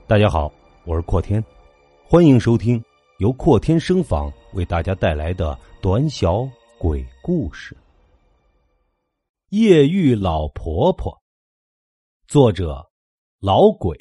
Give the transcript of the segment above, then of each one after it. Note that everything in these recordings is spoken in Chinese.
大家好，我是阔天，欢迎收听由阔天声坊为大家带来的短小鬼故事。夜遇老婆婆，作者老鬼。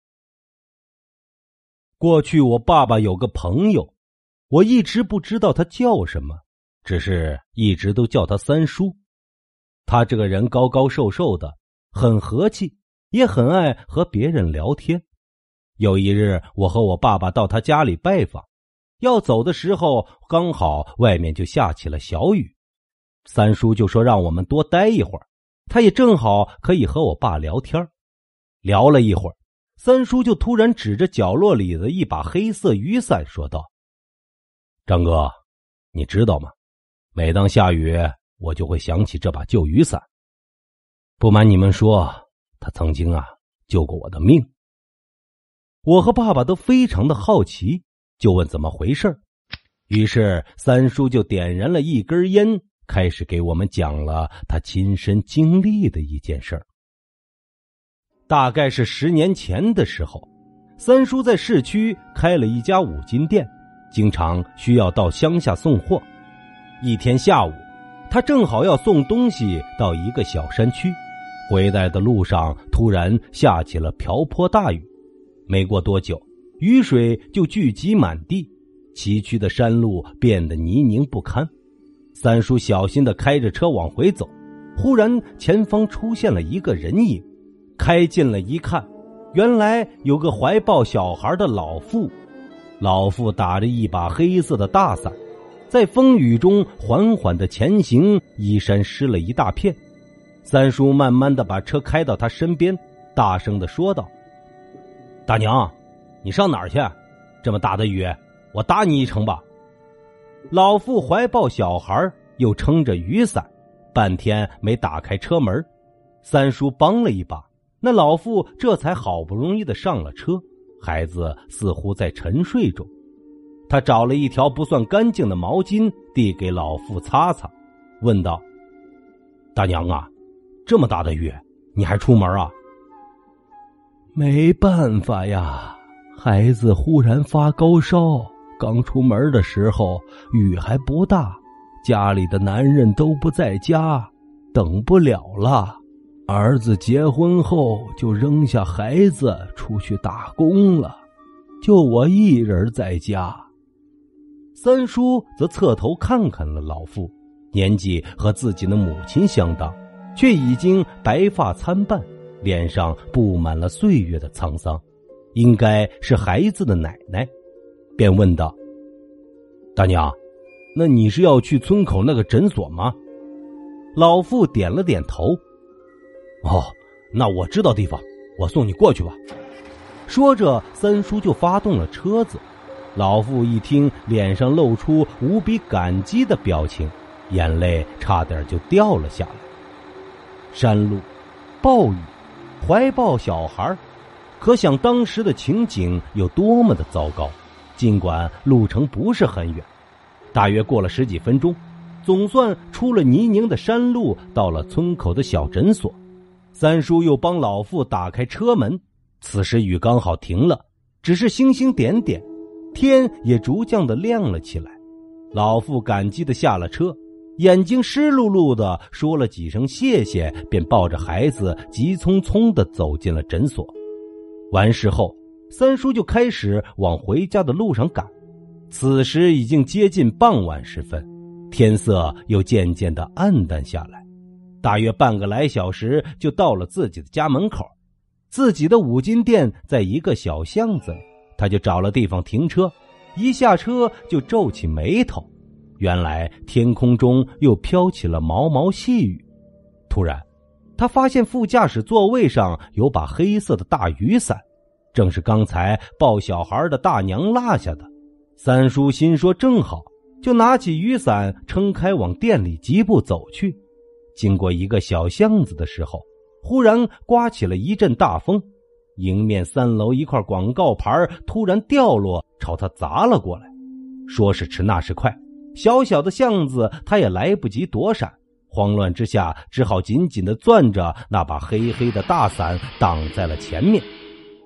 过去我爸爸有个朋友，我一直不知道他叫什么，只是一直都叫他三叔。他这个人高高瘦瘦的，很和气，也很爱和别人聊天。有一日，我和我爸爸到他家里拜访，要走的时候，刚好外面就下起了小雨。三叔就说让我们多待一会儿，他也正好可以和我爸聊天。聊了一会儿，三叔就突然指着角落里的一把黑色雨伞说道：“张哥，你知道吗？每当下雨，我就会想起这把旧雨伞。不瞒你们说，他曾经救过我的命。”我和爸爸都非常的好奇，就问怎么回事。于是三叔就点燃了一根烟，开始给我们讲了他亲身经历的一件事儿。大概是10年前的时候，三叔在市区开了一家五金店，经常需要到乡下送货。一天下午，他正好要送东西到一个小山区，回来的路上突然下起了瓢泼大雨。没过多久，雨水就聚集满地，崎岖的山路变得泥泞不堪。三叔小心地开着车往回走，忽然前方出现了一个人影，开近了一看，原来有个怀抱小孩的老妇。老妇打着一把黑色的大伞，在风雨中缓缓地前行，衣衫湿了一大片。三叔慢慢地把车开到他身边，大声地说道：“大娘，你上哪儿去？这么大的雨，我搭你一程吧。”老妇怀抱小孩，又撑着雨伞，半天没打开车门。三叔帮了一把，那老妇这才好不容易的上了车，孩子似乎在沉睡中。他找了一条不算干净的毛巾递给老妇擦擦，问道：“大娘啊，这么大的雨，你还出门啊？”“没办法呀，孩子忽然发高烧，刚出门的时候雨还不大，家里的男人都不在家，等不了了。儿子结婚后就扔下孩子出去打工了，就我一人在家。”三叔则侧头看看了老妇，年纪和自己的母亲相当，却已经白发参半，脸上布满了岁月的沧桑，应该是孩子的奶奶，便问道：“大娘，那你是要去村口那个诊所吗？”老妇点了点头。“哦，那我知道地方，我送你过去吧。”说着，三叔就发动了车子。老妇一听，脸上露出无比感激的表情，眼泪差点就掉了下来。山路，暴雨，怀抱小孩，可想当时的情景有多么的糟糕。尽管路程不是很远，大约过了10几分钟，总算出了泥泞的山路，到了村口的小诊所。三叔又帮老妇打开车门，此时雨刚好停了，只是星星点点，天也逐渐的亮了起来。老妇感激的下了车，眼睛湿漉漉的，说了几声谢谢，便抱着孩子急匆匆的走进了诊所。完事后，三叔就开始往回家的路上赶。此时已经接近傍晚时分，天色又渐渐的暗淡下来，大约半个来小时就到了自己的家门口。自己的五金店在一个小巷子里，他就找了地方停车，一下车就皱起眉头。原来天空中又飘起了毛毛细雨。突然，他发现副驾驶座位上有把黑色的大雨伞，正是刚才抱小孩的大娘落下的。三叔心说正好，就拿起雨伞撑开往店里疾步走去。经过一个小巷子的时候，忽然刮起了一阵大风，迎面3楼一块广告牌突然掉落，朝他砸了过来。说时迟那时快，小小的巷子他也来不及躲闪，慌乱之下只好紧紧地攥着那把黑黑的大伞挡在了前面。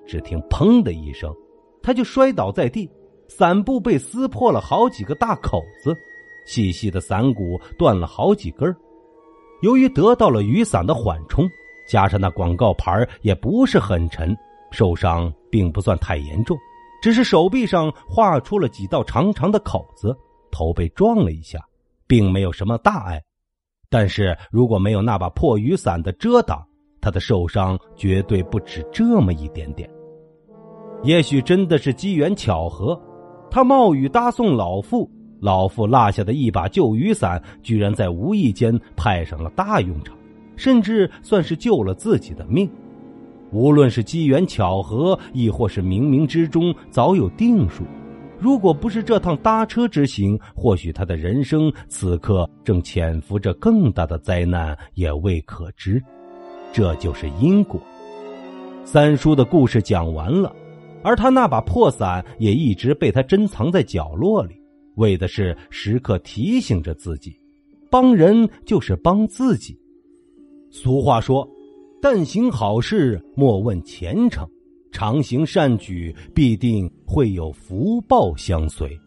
只听砰的一声，他就摔倒在地，伞布被撕破了好几个大口子，细细的伞骨断了好几根。由于得到了雨伞的缓冲，加上那广告牌也不是很沉，受伤并不算太严重，只是手臂上划出了几道长长的口子，头被撞了一下，并没有什么大碍。但是如果没有那把破雨伞的遮挡，他的受伤绝对不止这么一点点。也许真的是机缘巧合，他冒雨搭送老妇，老妇落下的一把旧雨伞居然在无意间派上了大用场，甚至算是救了自己的命。无论是机缘巧合，亦或是冥冥之中早有定数，如果不是这趟搭车之行，或许他的人生此刻正潜伏着更大的灾难也未可知。这就是因果。三叔的故事讲完了，而他那把破伞也一直被他珍藏在角落里，为的是时刻提醒着自己，帮人就是帮自己。俗话说，但行好事莫问前程，常行善举必定会有福报相随。